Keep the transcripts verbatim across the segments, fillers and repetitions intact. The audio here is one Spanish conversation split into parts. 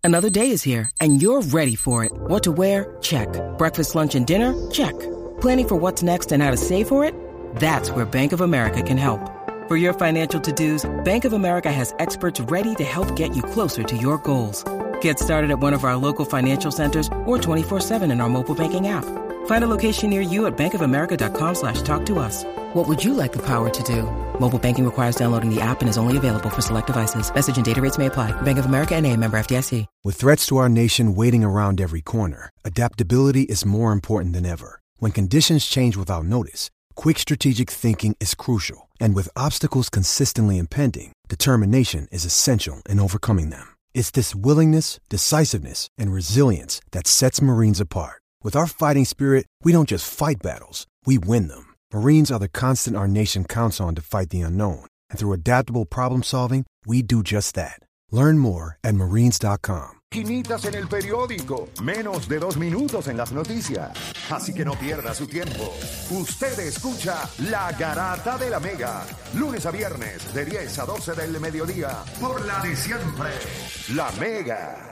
Another day is here, and you're ready for it. What to wear? Check. Breakfast, lunch, and dinner? Check. Planning for what's next and how to save for it? That's where Bank of America can help. For your financial to-dos, Bank of America has experts ready to help get you closer to your goals. Get started at one of our local financial centers or twenty-four seven in our mobile banking app. Find a location near you at bankofamerica.com slash talk to us. What would you like the power to do? Mobile banking requires downloading the app and is only available for select devices. Message and data rates may apply. Bank of America N A, member F D I C. With threats to our nation waiting around every corner, adaptability is more important than ever. When conditions change without notice, quick strategic thinking is crucial. And with obstacles consistently impending, determination is essential in overcoming them. It's this willingness, decisiveness, and resilience that sets Marines apart. With our fighting spirit, we don't just fight battles, we win them. Marines are the constant our nation counts on to fight the unknown. And through adaptable problem solving, we do just that. Learn more at marines dot com. Quinitas en el periódico, menos de dos minutos en las noticias. Así que no pierda su tiempo. Usted escucha La Garata de la Mega, lunes a viernes de diez a doce del mediodía, por la de siempre, La Mega.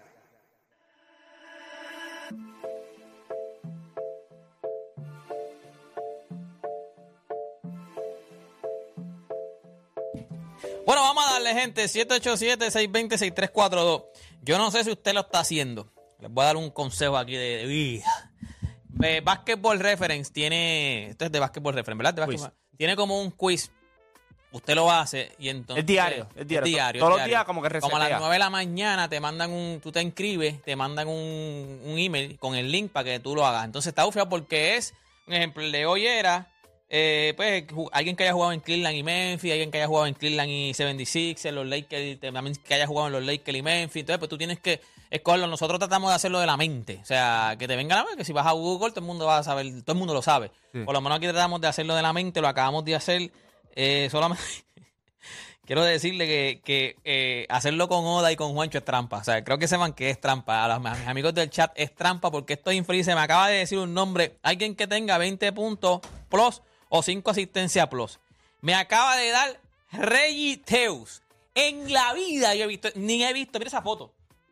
Bueno, vamos a darle, gente, siete ocho siete, seis dos cero, seis tres cuatro dos. Yo no sé si usted lo está haciendo. Les voy a dar un consejo aquí de, de vida. Eh, Basketball Reference tiene... Esto es de Basketball Reference, ¿verdad? De basketball, tiene como un quiz. Usted lo hace y entonces... Es diario. Es diario. Es diario Todos es los diario. días como que resetea. Como a las nueve de la mañana te mandan un... Tú te inscribes, te mandan un, un email con el link para que tú lo hagas. Entonces está bufeado porque es... Un ejemplo, el de hoy era... Eh, pues alguien que haya jugado en Cleveland y Memphis, alguien que haya jugado en Cleveland y setenta y seis, en los Lakers, también que haya jugado en los Lakers y Memphis. Entonces, pues tú tienes que escogerlo. Nosotros tratamos de hacerlo de la mente. O sea, que te venga la mente, que si vas a Google, todo el mundo va a saber, todo el mundo lo sabe. Sí. Por lo menos aquí tratamos de hacerlo de la mente, lo acabamos de hacer. Eh, solamente quiero decirle que, que eh, hacerlo con Oda y con Juancho es trampa. O sea, creo que sepan que es trampa. A, los, a mis amigos del chat es trampa porque estoy infeliz. Se me acaba de decir un nombre. Alguien que tenga veinte puntos plus o cinco asistencias plus. Me acaba de dar Reggie Theus. En la vida yo he visto, ni he visto, mira esa foto.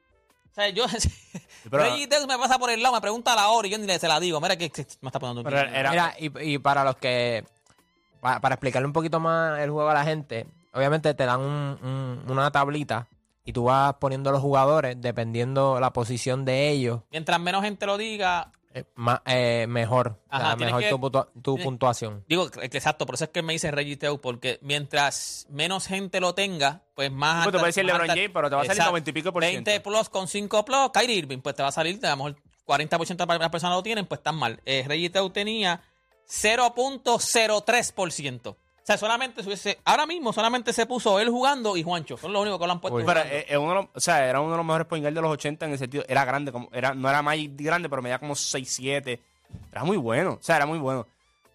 O sea, yo... Pero, Reggie Theus me pasa por el lado, me pregunta a la hora y yo ni le se la digo. Mira que me está poniendo... Pero era, mira, y, y para los que... Para, para explicarle un poquito más el juego a la gente, obviamente te dan un, un, una tablita y tú vas poniendo los jugadores dependiendo la posición de ellos. Mientras menos gente lo diga... Eh, más, eh, mejor, Ajá, o sea, mejor que, tu, tu, tu puntuación. Digo, exacto, por eso es que me dice Reggie Theus, porque mientras menos gente lo tenga, pues más... Pues te puede decir LeBron James, pero te va a salir noventa y pico por ciento. veinte plus con cinco plus, Kyrie Irving, pues te va a salir, a lo mejor cuarenta por ciento de las personas lo tienen, pues están mal. Eh, Reggie Theus tenía cero punto cero tres por ciento. O sea, solamente subiese, ahora mismo solamente se puso él jugando y Juancho. Son los únicos que lo han puesto. Uy, pero es, es uno de los, o sea, era uno de los mejores point guard de los ochenta en el sentido. Era grande, como era no era más grande, pero medía como seis siete. Era muy bueno. O sea, era muy bueno.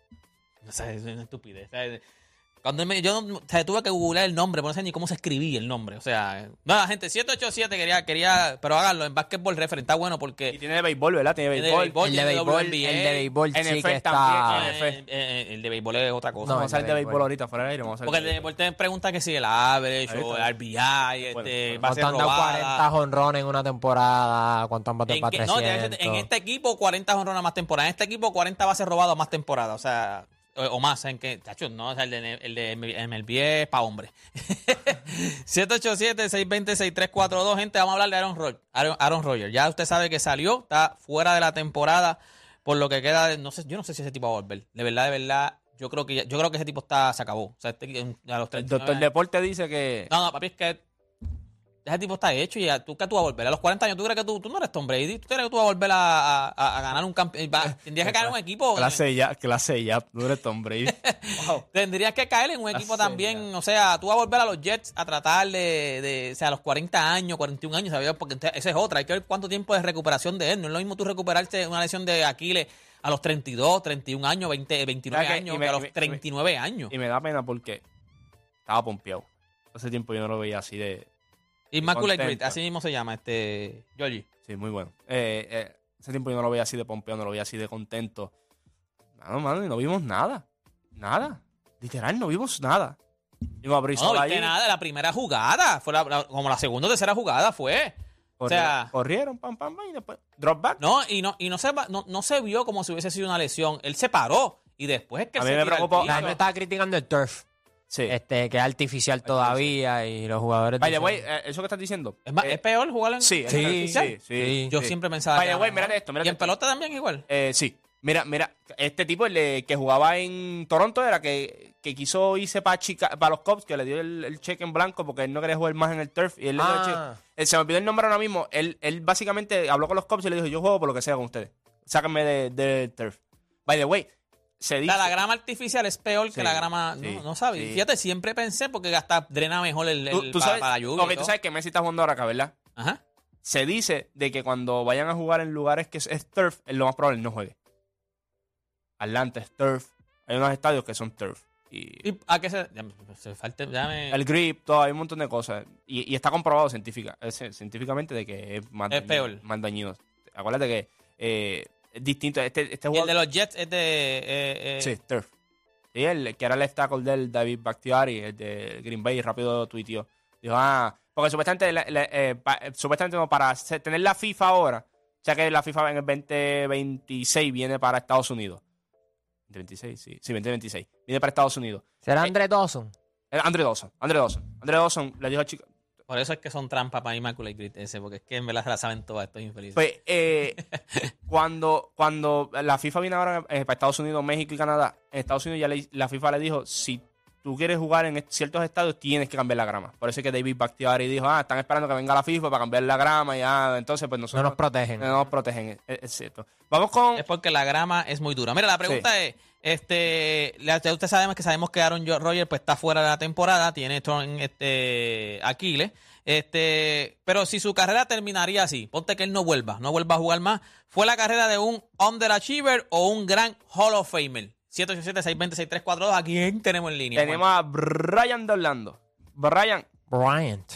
O sea, es una estupidez. O sea, cuando me, yo o sea, tuve que googlear el nombre, pero no sé ni cómo se escribía el nombre. O sea, no, la gente, siete ocho siete quería, quería, pero háganlo en Basketball Reference, está bueno porque... Y tiene de béisbol, ¿verdad? Tiene de béisbol. El de béisbol, el de béisbol, el de béisbol sí que está... también, eh, el de béisbol es otra cosa. No, vamos a hacer de béisbol ahorita, fuera del aire. Vamos a porque el de béisbol te pregunta que si el average o el R B I, este, va a ser robada. ¿Cuánto han dado cuarenta jonrones en una temporada? ¿Cuánto han batido para trescientos? No, en este equipo cuarenta jonrones más temporada. En este equipo cuarenta bases robadas más temporada. O sea... O más, en que, chacho, no, o sea, el de, el de M L B es para hombres. siete ocho siete, seis dos cero, seis tres cuatro dos. Gente, vamos a hablar de Aaron Rodgers. Aaron, Aaron Rodgers. Ya usted sabe que salió, está fuera de la temporada. Por lo que queda, de, no sé, yo no sé si ese tipo va a volver. De verdad, de verdad, yo creo que yo creo que ese tipo está se acabó. O sea, este, a los el doctor Deporte dice que... No, no, papi, es que ese tipo está hecho y ya, ¿tú qué tú vas a volver? A los cuarenta años, ¿tú crees que tú, tú no eres Tom Brady? ¿Tú crees que tú vas a volver a, a, a ganar un campeonato? Tendrías que caer en un equipo. Clase ya, clase ya, no eres Tom Brady. Wow. Tendrías que caer en un equipo clase también. Ya. O sea, tú vas a volver a los Jets a tratar de, de o sea, a los cuarenta años, cuarenta y un años, ¿sabes? Porque esa es otra. Hay que ver cuánto tiempo de recuperación de él. No es lo mismo tú recuperarte una lesión de Aquiles a los treinta y dos, treinta y un años, veinte, veintinueve que, años, me, a los me, treinta y nueve me, años. Y me da pena porque estaba pompeado. Hace tiempo yo no lo veía así de... Immaculate Grid, así mismo se llama, este Georgie. Sí, muy bueno. Eh, eh, ese tiempo yo no lo veía así de pompeo, no lo veía así de contento. Mano, mano, y no vimos nada. Nada. Literal, no vimos nada. Vimos a no, no viste nada, la primera jugada. Fue la, la, como la segunda o tercera jugada fue. O sea, corrieron, pam, pam, pam, y después drop back. No, y no, y no se va, no, no se vio como si hubiese sido una lesión. Él se paró y después es que a él mí se me tira al preocupó. piso. La gente estaba criticando el turf. Sí. Este, que es artificial todavía y los jugadores. By the dicen- way, eh, eso que estás diciendo. Es, más, eh, es peor jugar en sí, es Sí, artificial. sí, sí, Yo sí. siempre pensaba By que the era way, mejor. mírate esto, mírate Y en esto. pelota también igual. Eh, sí. Mira, mira, este tipo el de- que jugaba en Toronto era que, que quiso irse para para los Cubs, que le dio el, el cheque en blanco porque él no quería jugar más en el turf. Y él le dio el Ah. cheque. Él, se me olvidó el nombre ahora mismo. Él, él básicamente habló con los Cubs y le dijo: yo juego por lo que sea con ustedes. Sáquenme del de turf. By the way, se O dice. sea, la grama artificial es peor Sí, que la grama. sí, no, no sabía. sí. Fíjate, siempre pensé porque hasta drena mejor el, el Tú, tú para, sabes, para la lluvia. ok, y tú todo. sabes que Messi está jugando ahora acá, ¿verdad? Ajá. Se dice de que cuando vayan a jugar en lugares que es, es turf, es lo más probable no juegue. Atlanta es turf. Hay unos estadios que son turf. Y ¿Y a qué se.? Ya, se falta, ya me- el grip, todo, hay un montón de cosas. Y, y está comprobado científica, es- científicamente de que es más, Es dañino, peor. más dañino. Acuérdate que eh, es distinto. Este, este y el jugador. de los Jets es de. eh, eh, Sí, turf. Y el que era el left tackle del David Bakhtiari, el de Green Bay, rápido tuiteó. Dijo, ah, porque supuestamente, la- la- eh, pa- supuestamente no, para se- tener la FIFA ahora, ya que la FIFA en el veinte veintiséis viene para Estados Unidos. veinte veintiséis, sí, sí, veinte veintiséis. Viene para Estados Unidos. ¿Será Eh, Andre Dawson? Eh, Andre Dawson, Andre Dawson. Andre Dawson le dijo al chico, Por eso es que son trampas para Immaculate Grid ese, porque es que en verdad se la saben todas estos infelices. pues, eh, cuando, cuando la FIFA viene ahora eh, para Estados Unidos, México y Canadá, en Estados Unidos ya le- la FIFA le dijo, si tú quieres jugar en est- ciertos estadios, tienes que cambiar la grama. Por eso es que David Bakhtiari dijo, ah, están esperando que venga la FIFA para cambiar la grama y ah, entonces pues No nosotros nos protegen. no nos protegen, es, es cierto. Vamos con... Es porque la grama es muy dura. Mira, la pregunta es, este, la- ya usted sabemos que sabemos que Aaron Rodgers pues está fuera de la temporada, tiene esto en este Aquiles, este, pero si su carrera terminaría así, ponte que él no vuelva, no vuelva a jugar más, ¿fue la carrera de un underachiever o un gran Hall of Famer? siete ocho siete, seis dos cero, seis tres cuatro dos, ¿a quién tenemos en línea? Tenemos a Brian de Orlando. Brian, Bryant.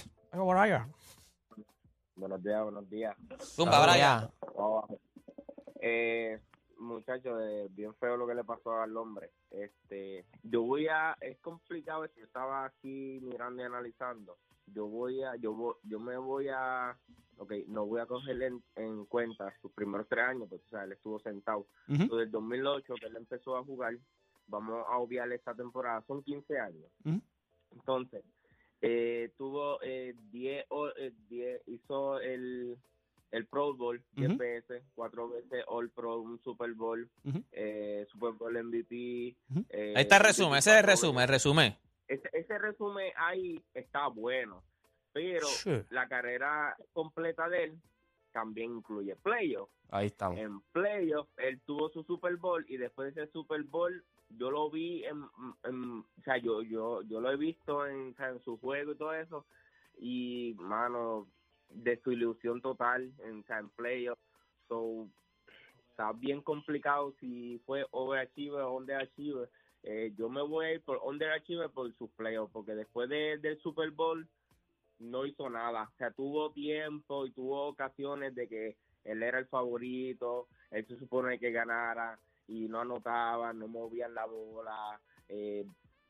Buenos días, buenos días. Zumba, Ah, Brian. ya. Oh, eh, muchachos, eh, bien feo lo que le pasó al hombre. Este, yo voy a, es complicado, si yo estaba aquí mirando y analizando. Yo voy a, yo voy, yo me voy a, ok, no voy a cogerle en, en cuenta sus primeros tres años, porque o sea, él estuvo sentado. Ujú. Desde el dos mil ocho que él empezó a jugar, vamos a obviar esta temporada, son quince años. Ujú. Entonces, eh, tuvo eh, diez, o- eh, diez, hizo el, el Pro Bowl diez Ujú. veces, cuatro veces All Pro, un Super Bowl, Ujú. eh, Super Bowl M V P. Ujú. eh, Ahí está el resumen, ese es el cuatro resumen, el veces. resumen. Ese, ese resumen ahí está bueno, pero Sí. la carrera completa de él también incluye playoff. Ahí estamos. En playoff, él tuvo su Super Bowl y después de ese Super Bowl, yo lo vi en, en- o sea, yo yo yo lo he visto en, o sea, en su juego y todo eso, y, mano, de su ilusión total en, o sea, en playoff. So, está bien complicado si fue overachiever o underachiever. Eh, yo me voy a ir por underachiever por sus playoffs, porque después de- del Super Bowl no hizo nada. O sea, tuvo tiempo y tuvo ocasiones de que él era el favorito, él se supone que ganara y no anotaban, no movían la bola. Eh,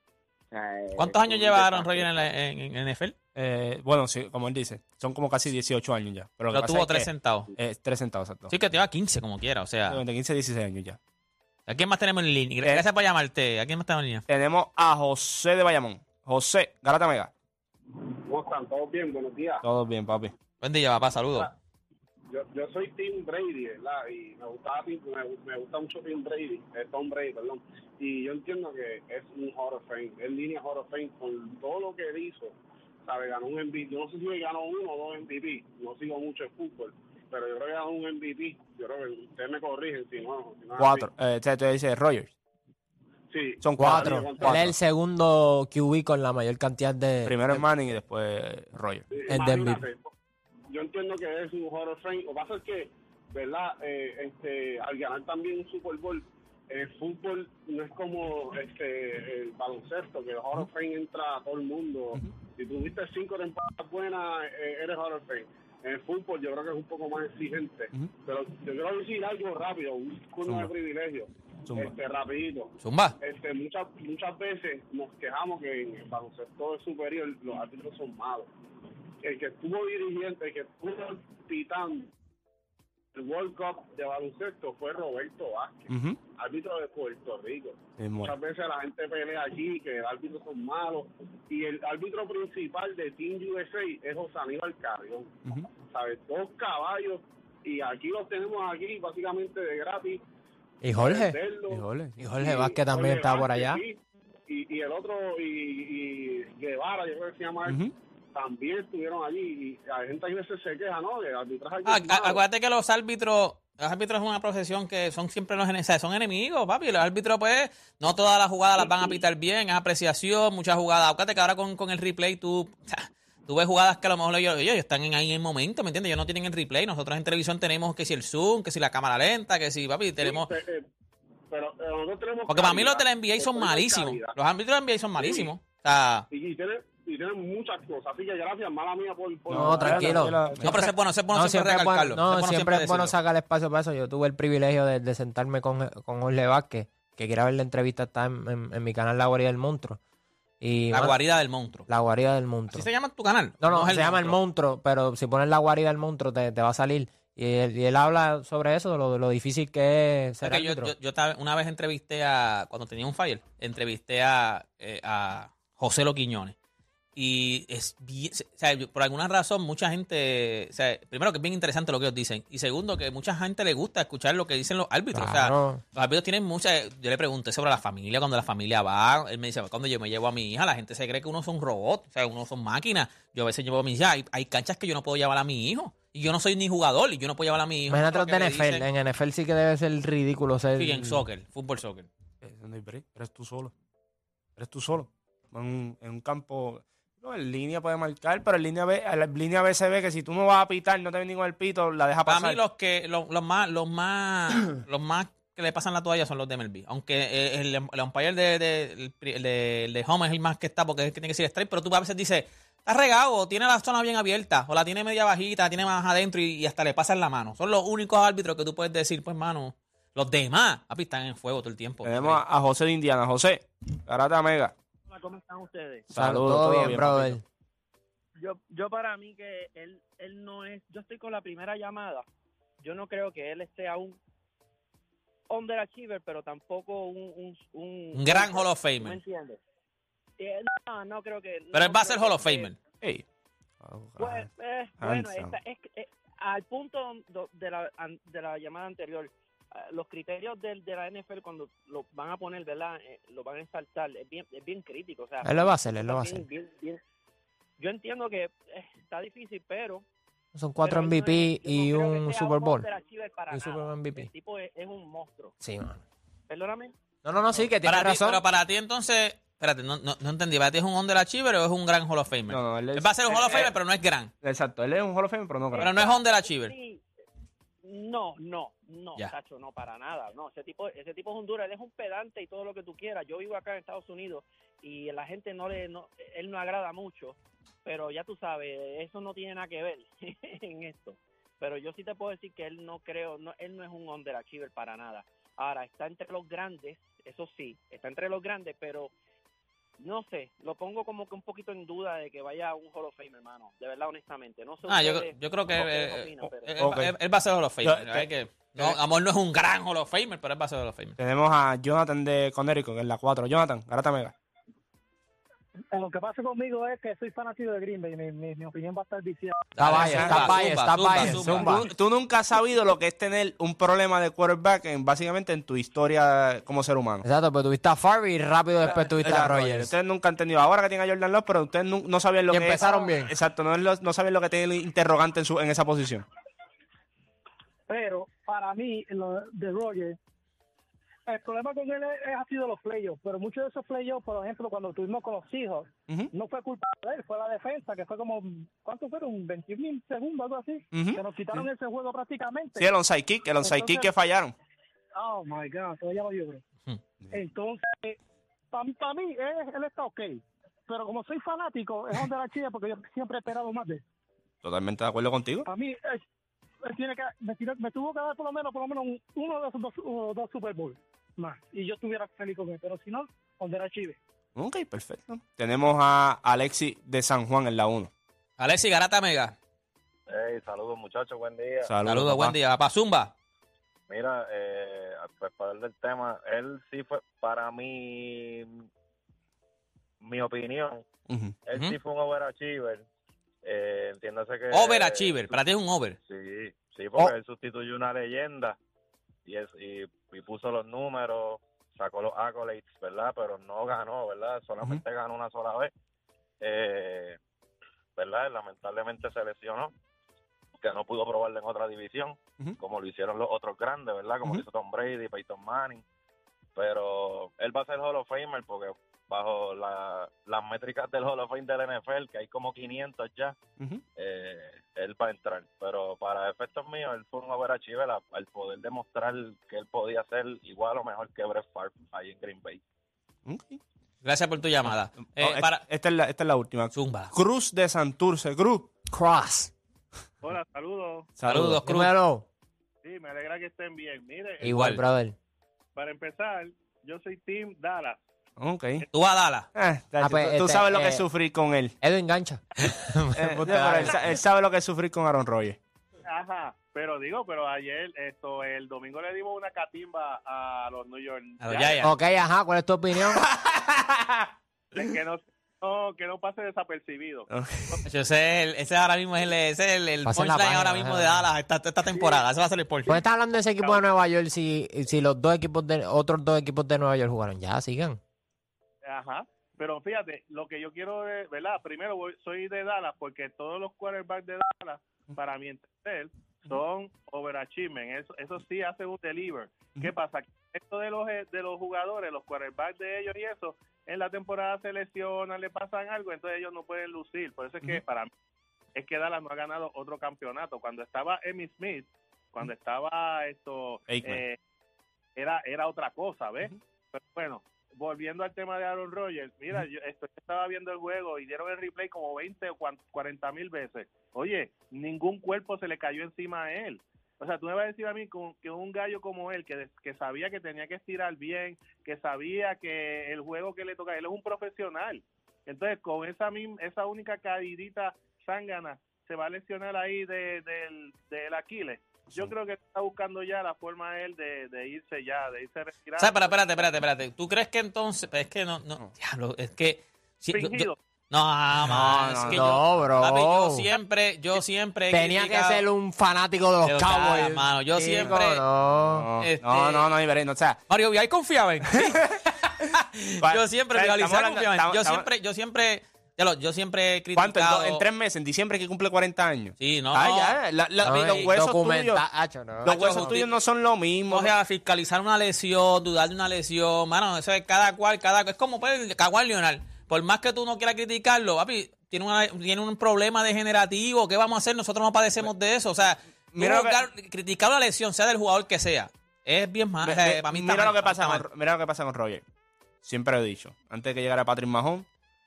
o sea, ¿Cuántos eh, años fue un lleva Aaron desastre. Rodgers en, la- en, en N F L? Eh, bueno, sí, como él dice, son como casi dieciocho años ya. Pero, lo que Pero pasa tuvo es tres que, centavos. eh, tres centavos, exacto. Sí que te lleva quince como quiera, o sea. De quince, dieciséis años ya. ¿A quién más tenemos en línea? Gracias por llamarte. ¿A quién más tenemos en línea? Tenemos a José de Bayamón. José, Garata Mega. ¿Cómo están? ¿Todos bien? Buenos días. Todo bien, papi. Buen día, papá, saludos. Yo, yo soy Tim Brady, ¿verdad? Y me gustaba Tim- me, me gusta mucho Tim Brady, eh, Tom Brady, perdón. Y yo entiendo que es un Hall of Fame, es línea Hall of Fame con todo lo que él hizo. ¿Sabe? Ganó un M V P. Yo no sé si ganó uno o dos M V P. No sigo mucho el fútbol, pero yo creo que ganó un M V P. Yo creo que ustedes me corrigen si no. Si no es Cuatro. Eh, te, te dice Rogers. así. Sí. Son Cuatro. cuatro. Él es el segundo Q B con la mayor cantidad de. Primero de- es Manning y después Rogers. Sí, El de M V P. imagínate, yo entiendo que es un Hall of Fame. Lo que pasa es que, ¿verdad? Eh, este, al ganar también un Super Bowl, el fútbol no es como este el baloncesto, que el Hall of Fame entra a todo el mundo. Si tuviste cinco temporadas buenas, eh, eres Hall of Fame. En el fútbol yo creo que es un poco más exigente. Ujú. Pero yo quiero decir algo rápido, un turno Zumba. de privilegio. Zumba. Este, rapidito. Zumba. Este, muchas muchas veces nos quejamos que en el baloncesto superior los árbitros son malos. el que estuvo dirigiendo, el que estuvo pitando el World Cup de baloncesto fue Roberto Vázquez, Uh-huh. árbitro de Puerto Rico. Sí, Muchas veces la gente pelea allí que los árbitros son malos, y el árbitro principal de Team U S A es José Aníbal Carrión. Uh-huh. ¿Sabes? Dos caballos, y aquí los tenemos aquí básicamente de gratis. Y Jorge. venderlos. Y Jorge. Y Jorge Vázquez también Jorge estaba por Vázquez, allá. sí. Y, y el otro, y, y Guevara, yo creo que se llama él, Uh-huh. también estuvieron allí. Y la gente a veces se queja, ¿no? Que el arbitraje aquí Ah, es malo. a- acuérdate que los árbitros, los árbitros es una profesión que son siempre los ene- o sea, son enemigos, papi. Los árbitros, pues, no todas las jugadas las van a pitar bien, es apreciación, muchas jugadas. Acuérdate que ahora con, con el replay tú, o sea, tú ves jugadas que a lo mejor ellos, ellos están en, ahí en el momento, ¿me entiendes? Ellos no tienen el replay. Nosotros en televisión tenemos que si el zoom, que si la cámara lenta, que si, papi, tenemos... Sí, eh, pero eh, nosotros tenemos Porque para mí los de la calidad, N B A son tenemos malísimos. calidad. Los árbitros de la N B A son malísimos. O sea, Y, y tienen y tienen muchas cosas. Así que gracias, mala mía, por... por No, tranquilo. no, pero eso es bueno, eso es bueno No, siempre siempre es bueno, recalcarlo. no, Eso es siempre es bueno decirlo. sacar espacio para eso. Yo tuve el privilegio de, de sentarme con, con Jorge Vázquez, que quiera ver la entrevista, está en, en- en mi canal La Guarida del Monstruo. Y, La mano, guarida del monstruo. La Guarida del Monstruo. ¿Así se llama tu canal? No, no, es se llama El Monstruo, pero si pones La Guarida del Monstruo te, te va a salir. Y él, y él habla sobre eso, de lo, de lo difícil que es ser Es que yo, árbitro. yo, yo ta- una vez entrevisté a, cuando tenía un fire, entrevisté a, eh, a José Lo Quiñones. Y es bien, o sea, yo- por alguna razón mucha gente, o sea, primero que es bien interesante lo que ellos dicen, y segundo que mucha gente le gusta escuchar lo que dicen los árbitros. O sea, Claro. los árbitros tienen mucha, yo le pregunté sobre la familia, cuando la familia va, él me dice, cuando yo me llevo a mi hija, la gente se cree que uno son robots, o sea, uno son máquinas. Yo a veces llevo a mi hija, hay, hay canchas que yo no puedo llevar a mi hijo, y yo no soy ni jugador, y yo no puedo llevar a mi hijo. Imagínate los Porque de le N F L. dicen- En N F L sí que debe ser ridículo ser... Sí, en soccer, fútbol soccer. Eh, no hay break, eres tú solo. Eres tú solo. En un, en un campo. No, en línea puede marcar, pero en línea B, en línea B se ve que si tú no vas a pitar, no te ven ni con el pito, la deja Para pasar. mí los que los, los más los más los más que le pasan la toalla son los de M L B. Aunque eh, el, el umpire de, de, el pri- el de, el de home es el más que está porque es el que tiene que ser strike, pero tú a veces dices, está regado, o tiene la zona bien abierta, o la tiene media bajita, la tiene más adentro y, y hasta le pasan la mano. Son los únicos árbitros que tú puedes decir, pues mano, los demás, papi, están en fuego todo el tiempo. Tenemos a, a José de Indiana. José, Garata Mega. Hola, ¿cómo están ustedes? Saludos, Saludos, todo todo bien, bien, brother. papito. Yo, yo para mí que él, él no es, yo estoy con la primera llamada. Yo no creo que él sea un underachiever, pero tampoco un un, un, Un gran Hall of ¿Me Famer. entiendes? Eh, no, no creo que. Pero no él va a creo ser que Hall of esté- Famer. Hey. Pues, eh, Ah, bueno, handsome. esta- es, que, eh, al punto do- de la, an- de la llamada anterior, eh, los criterios del, de la N F L cuando lo van a poner, ¿verdad? Eh, lo van a ensaltar, es bien, es bien crítico. O sea, Él lo va a hacer, él lo va a bien- hacer. bien- bien- yo entiendo que eh, está difícil, pero Son cuatro pero él M V P no es- yo no y creo que un sea Super Bowl. underachiever para Un nada. Super M V P. El tipo es, es un monstruo. Sí, mano. Perdóname. No, no, no, sí, que tiene Para ti, razón. pero para ti entonces, espérate, no, no, no entendí, ¿para ti es un underachiever o es un gran Hall of Famer? No, no, él, es- Él va a ser un Hall of eh, Famer, eh, pero no es gran. Exacto, él es un Hall of Fame, pero no Pero gran. no es underachiever. Sí. No, no, no, Ya. Tacho, no, para nada. No, ese tipo, ese tipo es un duro, él es un pedante y todo lo que tú quieras. Yo vivo acá en Estados Unidos y la gente no le, no, él no agrada mucho, pero ya tú sabes, eso no tiene nada que ver en esto. Pero yo sí te puedo decir que él no creo, no, él no es un underachiever para nada. Ahora, está entre los grandes, eso sí, está entre los grandes, pero no sé, lo pongo como que un poquito en duda de que vaya a un Hall of Fame, hermano. De verdad, honestamente. No sé Ah, yo, ustedes yo creo que ustedes eh, opinan, pero- él, Ok. él- él va a ser Hall of Famer. Yo- ¿verdad? Que, no, amor no es un gran Hall of Famer, pero él va a ser Hall of Famer. Tenemos a Jonathan de Connecticut, que es la cuatro. Jonathan, Garata Mega. Lo que pasa conmigo es que soy fanático de Green Bay, mi, mi, mi opinión va a estar viciada. Está Dale, vaya, zumba, está vaya, zumba, está zumba, vaya, zumba. zumba. Tú, tú nunca has sabido lo que es tener un problema de quarterback en, básicamente en tu historia como ser humano. Exacto, pero tuviste a Favre y rápido después tuviste a Era Rogers. Ustedes nunca han tenido, ahora que tienen a Jordan Love, pero ustedes nu- no sabían lo Y que empezaron es. bien. Exacto, no, es lo- no sabían lo que tiene el interrogante en, su, en esa posición. Pero para mí, lo de Roger, el problema con él es, ha sido los playoffs, pero muchos de esos playoffs, por ejemplo, cuando tuvimos con los Seahawks, Ujú. no fue culpa de él, fue la defensa, que fue como, ¿cuánto fueron? veintiún segundos, algo así, Ujú. que nos quitaron ese juego prácticamente. Sí, el onside kick, el onside kick Entonces- que fallaron. Oh, my God, todavía lo lloro. Hmm. Entonces, para mí, él, él está ok, pero como soy fanático, es donde la chilla, porque yo siempre he esperado más de él. Totalmente de acuerdo contigo. A mí, él, él tiene que, me, tiene- me tuvo que dar por lo menos, por lo menos un- uno de esos dos, o dos Super Bowl más, y yo estuviera feliz con él, pero si no, donde era Chive. Ok, perfecto. Tenemos a Alexis de San Juan en la uno. Alexi Garata Mega. Hey, saludos muchachos, buen día. Saludos, saludos buen día. Papá Zumba. Mira, eh, pues para hablar del tema, él sí fue, para mí, mi opinión, Uh-huh. él Uh-huh. sí fue un overachiever. Eh, entiéndase que... Overachiever, para ti es un over. Sí, sí, porque Oh. él sustituyó una leyenda y, es, y, y puso los números, sacó los accolades, ¿verdad? Pero no ganó, ¿verdad? Solamente uh-huh. ganó una sola vez. Eh, ¿verdad? Lamentablemente se lesionó, que no pudo probarle en otra división, uh-huh. como lo hicieron los otros grandes, ¿verdad? Como uh-huh. lo hizo Tom Brady, Peyton Manning. Pero él va a ser Hall of Famer porque bajo la, las métricas del Hall of Fame del N F L, que hay como quinientos ya, uh-huh. eh, él va a entrar. Pero para efectos míos, él fue un overachiever al, al poder demostrar que él podía ser igual o mejor que Brett Favre ahí en Green Bay. Okay. Gracias por tu llamada. Eh, oh, para... esta, es la, esta es la última. Zumba. Cruz de Santurce. Cruz. Cross. Hola, saludos. Saludos, Cruz. Dímelo. Sí, me alegra que estén bien. Mire, Igual, brother. Para empezar, yo soy Team Dallas. Ok. Tú vas a Dallas. Eh, Ah, pues, tú, tú este, sabes lo eh, que es sufrir con él. Edu engancha. eh, él, él sabe lo que es sufrir con Aaron Rodgers. Ajá, pero digo, pero ayer, esto, el domingo le dimos una catimba a los New York. A los Giants. Ok, ajá, ¿cuál es tu opinión? que no, no, que no pase desapercibido. Ese es, el, ese ahora mismo es el, ese es el, el punchline página, ahora mismo ajá. de Dallas esta, esta temporada. Ese va a ser el punchline. ¿Por qué estás hablando de ese equipo de Nueva York si, si los dos equipos de otros dos equipos de Nueva York jugaron? Ya, sigan. Ajá, pero fíjate, lo que yo quiero, es, ¿verdad? Primero voy, soy de Dallas porque todos los quarterbacks de Dallas, para mi entender, son overachievement. Eso, eso sí hace un deliver. ¿Qué pasa? Esto de los de los jugadores, los quarterbacks de ellos y eso, en la temporada se lesionan, le pasan algo, entonces ellos no pueden lucir. Por eso es que uh-huh. para mí es que Dallas no ha ganado otro campeonato. Cuando estaba Emmitt Smith, cuando estaba esto, eh, era era otra cosa, ¿ves? Uh-huh. Pero bueno, volviendo al tema de Aaron Rodgers, mira, yo esto, estaba viendo el juego y dieron el replay como veinte o cuarenta mil veces. Oye, ningún cuerpo se le cayó encima a él. O sea, tú me vas a decir a mí que un gallo como él, que, que sabía que tenía que estirar bien, que sabía que el juego que le toca, él es un profesional. Entonces, con esa esa única caidita zángana, se va a lesionar ahí de, de, del Aquiles. Yo creo que está buscando ya la forma él de, de irse ya, de irse retirando. O sea, espérate, espérate, espérate, espérate. ¿Tú crees que entonces, es que no, no, diablo, es que... Si, Fingido. Yo, no, no, es que no, yo, bro. Papi, yo siempre, yo siempre he Tenía criticado, que ser un fanático de los pero, Cowboys. mano, yo Chico, siempre... No, No, Este- no, no, no, no, no, o sea, Mario Vial confiaba en Yo siempre, Estamos Visualizar hablando- confiaba en estamos- Yo estamos- siempre, yo siempre, ya lo- yo siempre he ¿cuánto? En, criticado... do- en tres meses, en diciembre que cumple cuarenta años. Sí, no, Ah, no. ya, la- la- no, los y huesos documenta- tuyos, Acho, no. los huesos Acho, tuyos sí. no son lo mismo. O sea, fiscalizar una lesión, dudar de una lesión, mano, eso es cada cual, cada es como pues, Kawhi Leonard. Por más que tú no quieras criticarlo, papi, tiene, una, tiene un problema degenerativo, ¿qué vamos a hacer? Nosotros no padecemos de eso, o sea, Mira lo que- juzgar- criticar la lesión, sea del jugador que sea, es bien más, Ve- o sea, ve- para mí está mira, mal, lo que pasa está mal. con, mira lo que pasa con Roger. Siempre lo he dicho. Antes de que llegara Patrick Mahomes,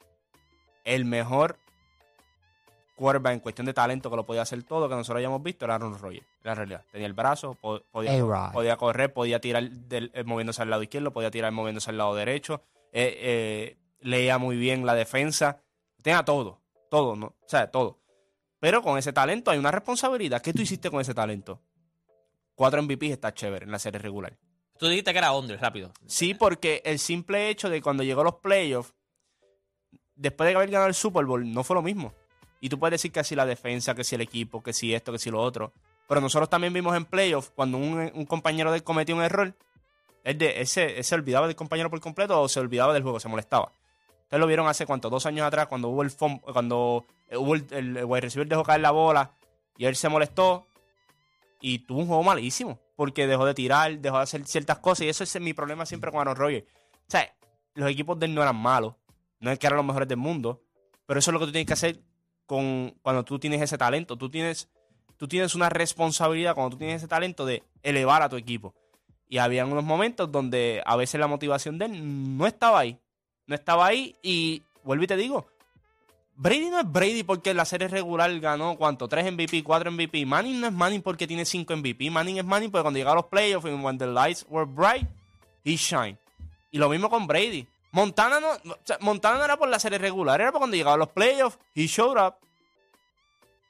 el mejor quarterback en cuestión de talento que lo podía hacer todo, que nosotros hayamos visto, era Aaron Rodgers. La realidad. Tenía el brazo, po- podía, A-Rod. podía correr, podía tirar del- eh, moviéndose al lado izquierdo, podía tirar moviéndose al lado derecho. eh, eh, leía muy bien la defensa. Tenía todo. Todo, ¿no? O sea, todo. Pero con ese talento hay una responsabilidad. ¿Qué tú hiciste con ese talento? Cuatro M V Ps está chévere en la serie regular. Tú dijiste que era under, rápido. Sí, porque el simple hecho de cuando llegó a los playoffs, después de haber ganado el Super Bowl, no fue lo mismo. Y tú puedes decir que si la defensa, que si el equipo, que si esto, que si lo otro. Pero nosotros también vimos en playoffs, cuando un, un compañero de él cometió un error, él, de, él, se, él se olvidaba del compañero por completo o se olvidaba del juego, se molestaba. Ustedes lo vieron hace, ¿cuánto? Dos años atrás, cuando hubo el fum- cuando hubo el, el, el wide receiver dejó caer la bola y él se molestó y tuvo un juego malísimo. Porque dejó de tirar, dejó de hacer ciertas cosas. Y eso es mi problema siempre con Aaron Rodgers. O sea, los equipos de él no eran malos. No es que eran los mejores del mundo. Pero eso es lo que tú tienes que hacer con, cuando tú tienes ese talento. Tú tienes, tú tienes una responsabilidad cuando tú tienes ese talento de elevar a tu equipo. Y había unos momentos donde a veces la motivación de él no estaba ahí. No estaba ahí. Y vuelvo y te digo, Brady no es Brady porque en la serie regular ganó, ¿cuánto? Tres M V P, cuatro M V P. Manning no es Manning porque tiene cinco M V P. Manning es Manning porque cuando llegaron a los playoffs, when the lights were bright, he shined. Y lo mismo con Brady. Montana no, o sea, Montana no era por la serie regular, era por cuando llegaban a los playoffs, he showed up.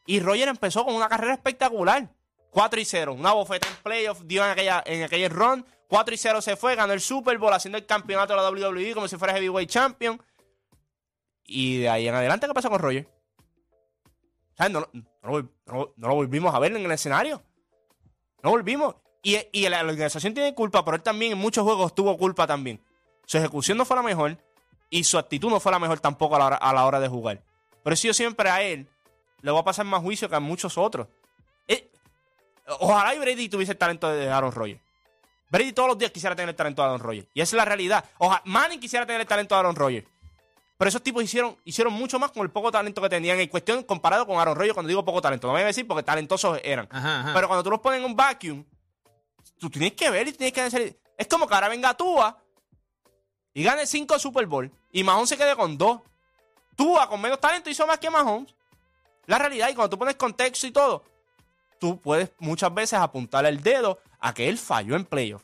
Y Roger empezó con una carrera espectacular. cuatro y cero, una bofeta en playoff, dio en aquella, en aquella run. cuatro y cero se fue, ganó el Super Bowl haciendo el campeonato de la W W E como si fuera Heavyweight Champion. Y de ahí en adelante, ¿qué pasó con Roger? ¿Sabes? No, no, no, no, no lo volvimos a ver en el escenario. No volvimos. Y, y la, la organización tiene culpa, pero él también en muchos juegos tuvo culpa también. Su ejecución no fue la mejor y su actitud no fue la mejor tampoco a la hora, a la hora de jugar. Por eso yo siempre a él le voy a pasar más juicio que a muchos otros. Eh, ojalá y Brady tuviese el talento de Aaron Rodgers. Brady todos los días quisiera tener el talento de Aaron Rodgers. Y esa es la realidad. Ojalá Manning quisiera tener el talento de Aaron Rodgers. Pero esos tipos hicieron, hicieron mucho más con el poco talento que tenían. En cuestión comparado con Aaron Rodgers, cuando digo poco talento, no me voy a decir porque talentosos eran. Ajá, ajá. Pero cuando tú los pones en un vacuum, tú tienes que ver y tienes que hacer. Es como que ahora venga Tua y gane cinco Super Bowl y Mahomes se quede con dos. Tua con menos talento hizo más que Mahomes. La realidad, y cuando tú pones contexto y todo, tú puedes muchas veces apuntarle el dedo a que él falló en playoff.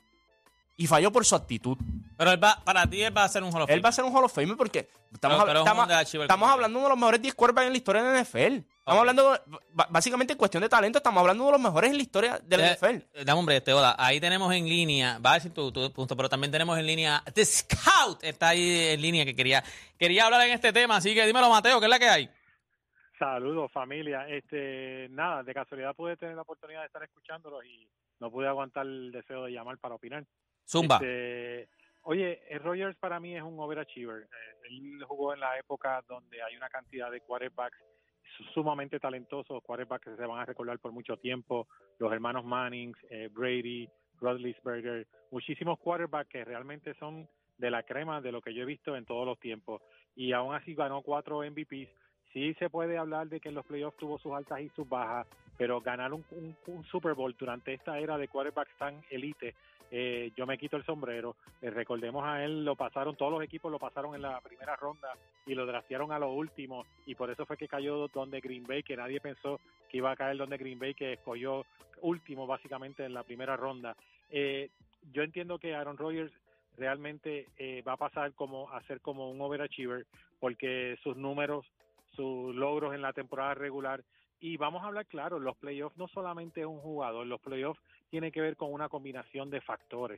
Y falló por su actitud. Pero él va, para ti él va a ser un Hall of Fame. Él va a ser un Hall of Fame porque estamos, pero, pero estamos, estamos hablando de uno de los mejores diez quarterbacks en la historia de la N F L. Estamos okay. hablando, de, básicamente en cuestión de talento, estamos hablando de uno de los mejores en la historia de la eh, N F L. Dame hombre, este Oda. Ahí tenemos en línea, va a decir tu, tu punto, pero también tenemos en línea, The Scout está ahí en línea que quería, quería hablar en este tema. Así que dímelo, Mateo, ¿qué es la que hay? Saludos, familia. Este, nada, de casualidad pude tener la oportunidad de estar escuchándolos y no pude aguantar el deseo de llamar para opinar. Zumba. Este, oye, Rodgers para mí es un overachiever. Eh, él jugó en la época donde hay una cantidad de quarterbacks sumamente talentosos, quarterbacks que se van a recordar por mucho tiempo, los hermanos Manning, eh, Brady, Roethlisberger, muchísimos quarterbacks que realmente son de la crema de lo que yo he visto en todos los tiempos. Y aún así ganó cuatro M V Pes. Sí se puede hablar de que en los playoffs tuvo sus altas y sus bajas, pero ganar un, un, un Super Bowl durante esta era de quarterbacks tan elite, eh, yo me quito el sombrero. Eh, recordemos a él, lo pasaron, todos los equipos lo pasaron en la primera ronda y lo draftearon a lo último, y por eso fue que cayó donde Green Bay, que nadie pensó que iba a caer donde Green Bay, que escogió último básicamente en la primera ronda. Eh, yo entiendo que Aaron Rodgers realmente eh, va a pasar como a ser como un overachiever, porque sus números, sus logros en la temporada regular, y vamos a hablar claro, los playoffs no solamente es un jugador, los playoffs tiene que ver con una combinación de factores,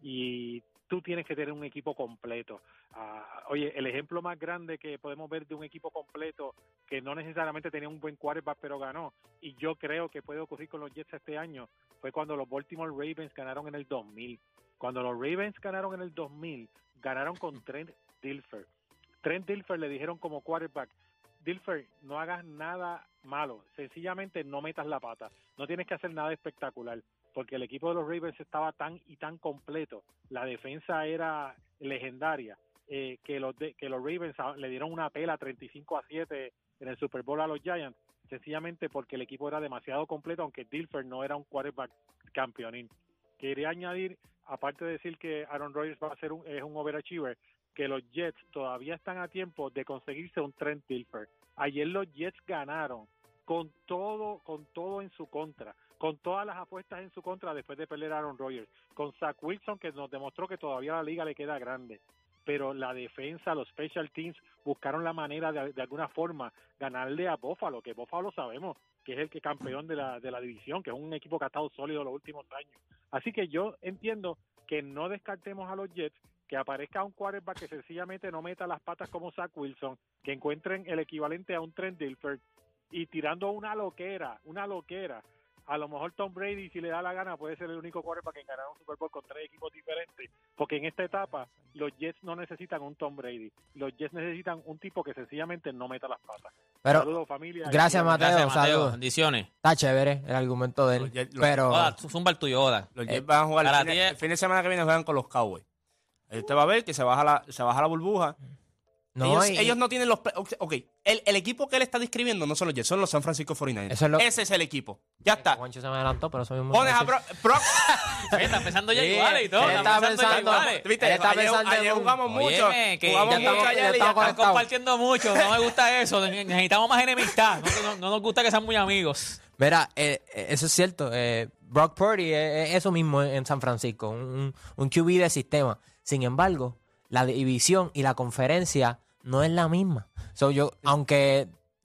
y tú tienes que tener un equipo completo. Uh, oye, el ejemplo más grande que podemos ver de un equipo completo que no necesariamente tenía un buen quarterback pero ganó, y yo creo que puede ocurrir con los Jets este año, fue cuando los Baltimore Ravens ganaron en el dos mil. Cuando los Ravens ganaron en el dos mil, ganaron con Trent Dilfer. Trent Dilfer le dijeron como quarterback, Dilfer, no hagas nada malo, sencillamente no metas la pata, no tienes que hacer nada espectacular, porque el equipo de los Ravens estaba tan y tan completo, la defensa era legendaria, eh, que los de, que los Ravens le dieron una pela treinta y cinco a siete en el Super Bowl a los Giants, sencillamente porque el equipo era demasiado completo, aunque Dilfer no era un quarterback campeonín. Quería añadir, aparte de decir que Aaron Rodgers va a ser un, es un overachiever, que los Jets todavía están a tiempo de conseguirse un Trent Dilfer. Ayer los Jets ganaron con todo, con todo en su contra, con todas las apuestas en su contra después de perder a Aaron Rodgers, con Zach Wilson, que nos demostró que todavía la liga le queda grande, pero la defensa, los special teams buscaron la manera de, de alguna forma ganarle a Buffalo, que Buffalo sabemos que es el que campeón de la, de la división, que es un equipo que ha estado sólido los últimos años. Así que yo entiendo que no descartemos a los Jets, que aparezca un quarterback que sencillamente no meta las patas como Zach Wilson, que encuentren el equivalente a un Trent Dilfer, y tirando una loquera, una loquera, a lo mejor Tom Brady, si le da la gana, puede ser el único quarterback en ganar un Super Bowl con tres equipos diferentes, porque en esta etapa los Jets no necesitan un Tom Brady, los Jets necesitan un tipo que sencillamente no meta las patas. Pero, saludos, familia. Gracias, Mateo. Gracias, Mateo. Saludos. Bendiciones. Está chévere el argumento de él. Jets, los, pero... Oda, zumba el tuyo, Oda. Los Jets eh, van a jugar el fin, de, el fin de semana que viene, juegan con los Cowboys. Usted va a ver que se baja la, se baja la burbuja. No, ellos, y, ellos no tienen los... Ok, el, el equipo que él está describiendo no son los Jets, son los San Francisco cuarenta y nueve. Eso es lo... Ese es el equipo. Ya está. Juancho se me adelantó, pero soy un... Pones a Brock... Brock... Está pensando ya sí, iguales y todo. Él está pensando... ¿Viste? Está ayer, pensando ayer jugamos mucho. Óyeme, que jugamos ya mucho ayer y ya estamos compartiendo mucho. No me gusta eso. Necesitamos más enemistad. No, no, no nos gusta que sean muy amigos. Mira, eh, eso es cierto. Eh, Brock Purdy es, es eso mismo en San Francisco. Un, un Q B de sistema. Sin embargo, la división y la conferencia no es la misma. So, yo, aunque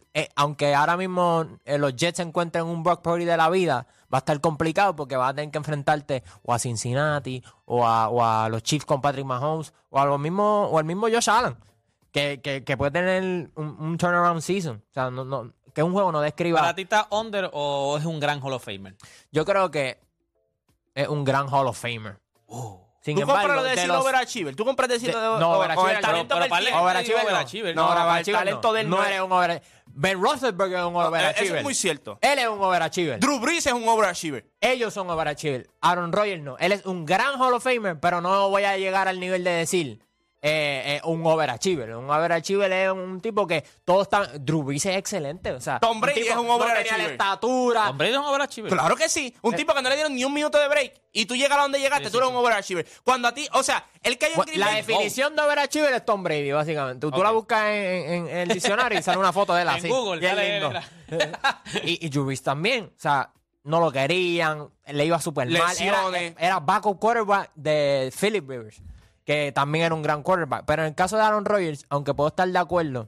eh, aunque ahora mismo eh, los Jets se encuentren un Brock Purdy de la vida, va a estar complicado porque vas a tener que enfrentarte o a Cincinnati o a, o a los Chiefs con Patrick Mahomes o a los mismos, o al mismo Josh Allen, que, que, que puede tener un, un turnaround season. O sea, no, no, que un juego no describa. ¿Para ti está under o es un gran Hall of Famer? Yo creo que es un gran Hall of Famer. Oh. Sin ¿Tú embargo, compras lo de de decir los- overachiever? ¿Tú compras decir de- lo de no, o- overachiever con el no, talento pero que él para- tiene? Overachiever no. overachiever. No, No, overachiever el talento de él no no es es- un overachiever. Ben Roethlisberger es un No, overachiever. eso es muy cierto. Él es un overachiever. Drew Brees es un overachiever. Ellos son overachiever. Aaron Rodgers no. Él es un gran Hall of Famer, pero no voy a llegar al nivel de decir eh, eh, un overachiever. Un overachiever es un tipo que todos están... Drew Brees es excelente. O sea, Tom Brady tipo es un no tenía overachiever. la estatura. Tom Brady es un overachiever. Claro que sí. Un Eh. tipo que no le dieron ni un minuto de break y tú llegas a donde llegaste, Sí, tú sí, eres un sí. overachiever. Cuando a ti, o sea, el que hay en Bueno, Green la Bay- definición de overachiever es Tom Brady, básicamente. Tú, tú Ok. la buscas en, en- en el diccionario y sale una foto de él En así. Google, bien sale- lindo. y, y Drew Brees también. O sea, no lo querían, le iba súper mal. Era, Lesiones. era backup quarterback de Philip Rivers, que también era un gran quarterback. Pero en el caso de Aaron Rodgers, aunque puedo estar de acuerdo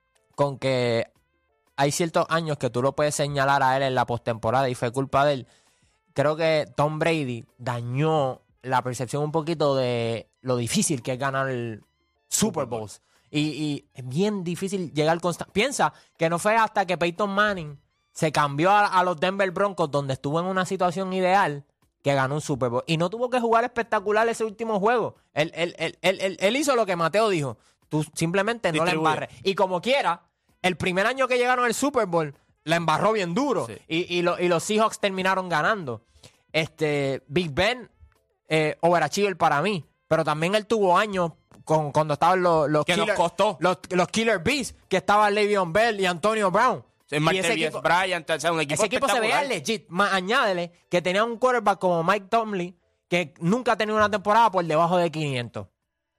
con que hay ciertos años que tú lo puedes señalar a él en la postemporada y fue culpa de él, creo que Tom Brady dañó la percepción un poquito de lo difícil que es ganar el Super Bowls. Y, y es bien difícil llegar constante. Piensa que no fue hasta que Peyton Manning se cambió a, a los Denver Broncos, donde estuvo en una situación ideal, que ganó un Super Bowl. Y no tuvo que jugar espectacular ese último juego. Él, él, él, él, él- él hizo lo que Mateo dijo. Tú simplemente no la Distribuye. embarres. Y como quiera, el primer año que llegaron al Super Bowl, la embarró bien duro. Sí. Y, y, lo- y los Seahawks terminaron ganando. Este, Big Ben, eh, overachiever para mí. Pero también él tuvo años con, cuando estaban los, los, Que nos costó. los, los Killer Bees, que estaban Le'Veon Bell y Antonio Brown. Sí, Y ese Martavis equipo- Bryant, o sea, un equipo ese equipo se veía espectacular. legit. Más añádele que tenía un quarterback como Mike Tomlin, que nunca ha tenido una temporada por debajo de quinientos.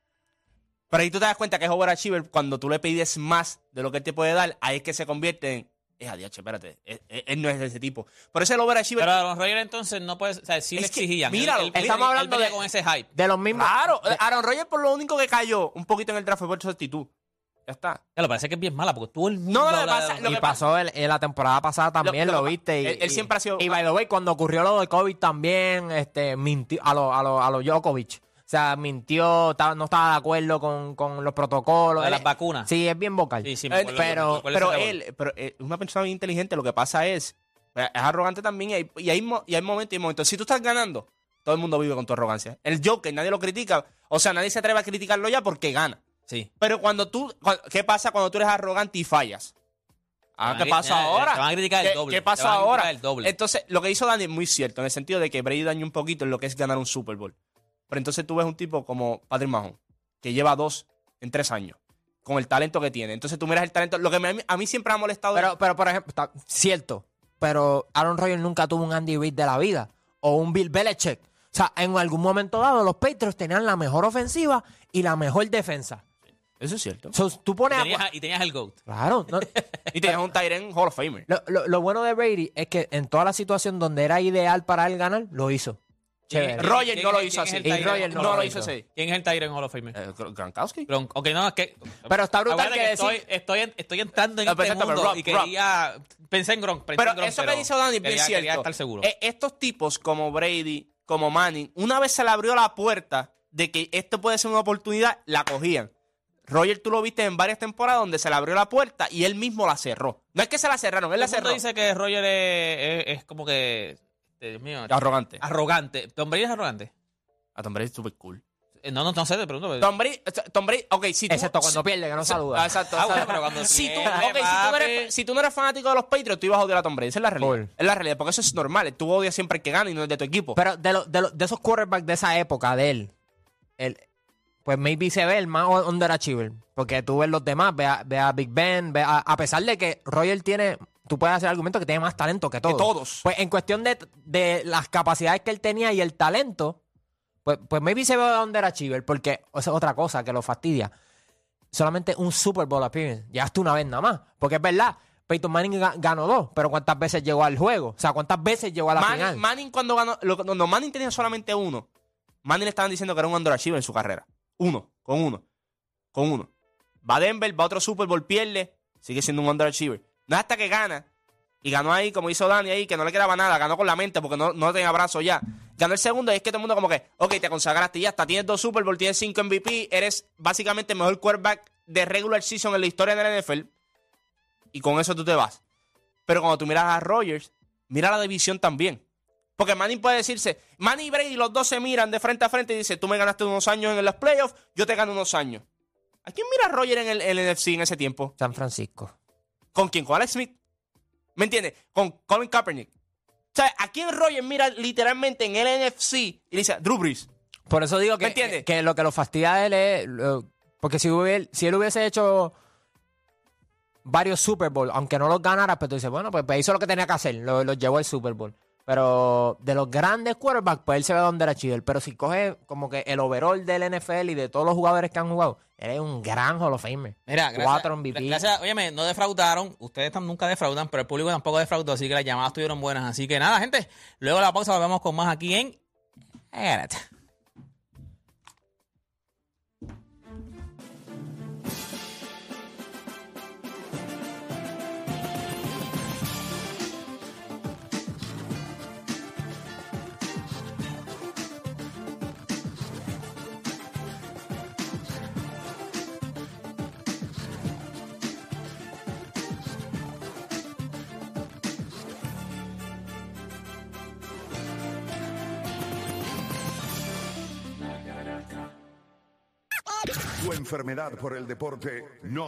Pero ahí tú te das cuenta que es overachiever cuando tú le pides más de lo que él te puede dar, ahí es que se convierte en... Es adiache, espérate, él, él- él no es de ese tipo. Por eso el overachiever... Pero Aaron Rodgers entonces no puede... O sea, sí Es le que, exigían. míralo, Él- él- estamos él- él hablando venía de- con ese hype. De los mismos. Claro, de- Aaron Rodgers por lo único que cayó un poquito en el draft fue por su actitud. Ya está. Ya lo parece que es bien mala porque todo el mundo No, lo que habla de pasa- Aaron lo y que Rodgers. pasó el- en la temporada pasada también, Lo- lo, lo- viste. Y, él- él y- siempre ha sido- Y by the way, cuando ocurrió lo de COVID también, este, mintió a los a lo, a lo Djokovic. O sea, mintió, estaba- no estaba de acuerdo con, con los protocolos. De Él las es- vacunas. Sí, es bien vocal. Sí, sí, me Eh, acuerdo, pero- me acuerdo Pero ese él, pero eh, es una persona bien inteligente. Lo que pasa es, es arrogante también y hay, y hay, mo- y hay momentos y hay momentos. Si tú estás ganando, todo el mundo vive con tu arrogancia. El Joker, nadie lo critica. O sea, nadie se atreve a criticarlo ya porque gana. Sí. Pero cuando tú, cu- ¿qué pasa cuando tú eres arrogante y fallas? Ah, Te ¿qué van a- pasó eh, ahora? te van a criticar el ¿Qué- doble, ¿Qué te pasó van a criticar ahora? el doble. Entonces, lo que hizo Dani es muy cierto, en el sentido de que Brady dañó un poquito en lo que es ganar un Super Bowl. Pero entonces tú ves un tipo como Patrick Mahomes, que lleva dos en tres años, con el talento que tiene. Entonces tú miras el talento. Lo que me- a mí siempre me ha molestado. Pero, pero por ejemplo, está cierto, pero Aaron Rodgers nunca tuvo un Andy Reid de la vida o un Bill Belichick. O sea, en algún momento dado los Patriots tenían la mejor ofensiva y la mejor defensa. Eso es cierto. So, tú Y pones a- tenías, y tenías el GOAT. Claro. no- Y tienes un Tyrant Hall of Famer. lo, lo- lo bueno de Brady es que en toda la situación donde era ideal para él ganar, lo hizo. Chévere. ¿Quién- Roger quién- no lo quién hizo es así. el Y Tyrant Roger no, no lo lo hizo hizo. así. ¿Quién es el Tyrant Hall of Famer? Eh, Gr- Gronkowski. Gronk. Ok, no, es que... Pero está brutal Acuérdate que que estoy, decir- estoy, en- estoy entrando en No, este pero mundo Rob, y quería... Pensé en Gronk, pensé Pero en Gronk, eso pero que dice Dani es bien quería, cierto. quería estar seguro. Eh, estos tipos como Brady, como Manning, una vez se le abrió la puerta de que esto puede ser una oportunidad, la cogían. Roger, tú lo viste en varias temporadas donde se le abrió la puerta y él mismo la cerró. No es que se la cerraron, él la Todo el mundo cerró. dice que Roger es, es- es como que... Dios mío. Arrogante. Arrogante. ¿Tom Brady es arrogante? A Tom Brady es súper cool. Eh, No, no, no sé, te pregunto. Tom Brady, Tom Brady, ok, si tú... Excepto cuando pierde, que no saluda. Ah, exacto. Ah, bueno, exacto. pero cuando si, tú, pierde, ok, si, tú no papi. eres, si tú no eres fanático de los Patriots, tú ibas a odiar a Tom Brady. Esa es la realidad. Full. Es la realidad, porque eso es normal. Tú odias siempre al que gana y no el de tu equipo. Pero de, lo- de, lo- de esos quarterbacks de esa época, de él, el, pues maybe se ve el más underachiever. Porque tú ves los demás, ve a, ve a Big Ben, ve a, a pesar de que Roger tiene, tú puedes hacer argumento que tiene más talento que todos. todos. Pues en cuestión de, de las capacidades que él tenía y el talento, pues, pues maybe se ve underachiever, porque esa es otra cosa que lo fastidia. Solamente un Super Bowl appearance. Llegaste una vez nada más. Porque es verdad, Peyton Manning ga- ganó dos, pero ¿cuántas veces llegó al juego? O sea, ¿cuántas veces llegó a la Manning, final? Manning cuando ganó, lo- cuando Manning tenía solamente uno, Manning le estaban diciendo que era un underachiever en su carrera. Uno, con uno, con uno. Va a Denver, va a otro Super Bowl, pierde, sigue siendo un underachiever. No es hasta que gana. Y ganó ahí, como hizo Dani ahí, que no le quedaba nada. Ganó con la mente porque no, no tenía brazo ya. Ganó el segundo y es que todo el mundo como que, ok, te consagraste y ya está. Tienes dos Super Bowl, tienes cinco M V P. Eres básicamente el mejor quarterback de regular season en la historia de la N F L. Y con eso tú te vas. Pero cuando tú miras a Rodgers, mira la división también. Porque Manning puede decirse, Manning y Brady, los dos se miran de frente a frente y dicen, tú me ganaste unos años en los playoffs, yo te gano unos años. ¿A quién mira a Rodgers en el, en el N F C en ese tiempo? San Francisco. ¿Con quién? ¿Con Alex Smith? ¿Me entiendes? Con Colin Kaepernick. O sea, ¿a quién Rodgers mira literalmente en el N F C y dice, Drew Brees? Por eso digo que, ¿Me entiendes? que lo que lo fastidia a él es... lo- porque si, hubiera- si él hubiese hecho varios Super Bowl, aunque no los ganara, pues tú dices, bueno, pues, pues hizo lo que tenía que hacer, lo, lo llevó al Super Bowl. Pero de los grandes quarterbacks, pues él se ve donde era chido. Pero si coge como que el overall del N F L y de todos los jugadores que han jugado, él es un gran Hall of Famer. Mira, gracias. Cuatro M V P. Gracias, óyeme, no defraudaron. Ustedes tam- nunca defraudan, pero el público tampoco defraudó, así que las llamadas estuvieron buenas. Así que nada, gente, luego de la pausa volvemos con más aquí en La Garata. Tu enfermedad por el deporte no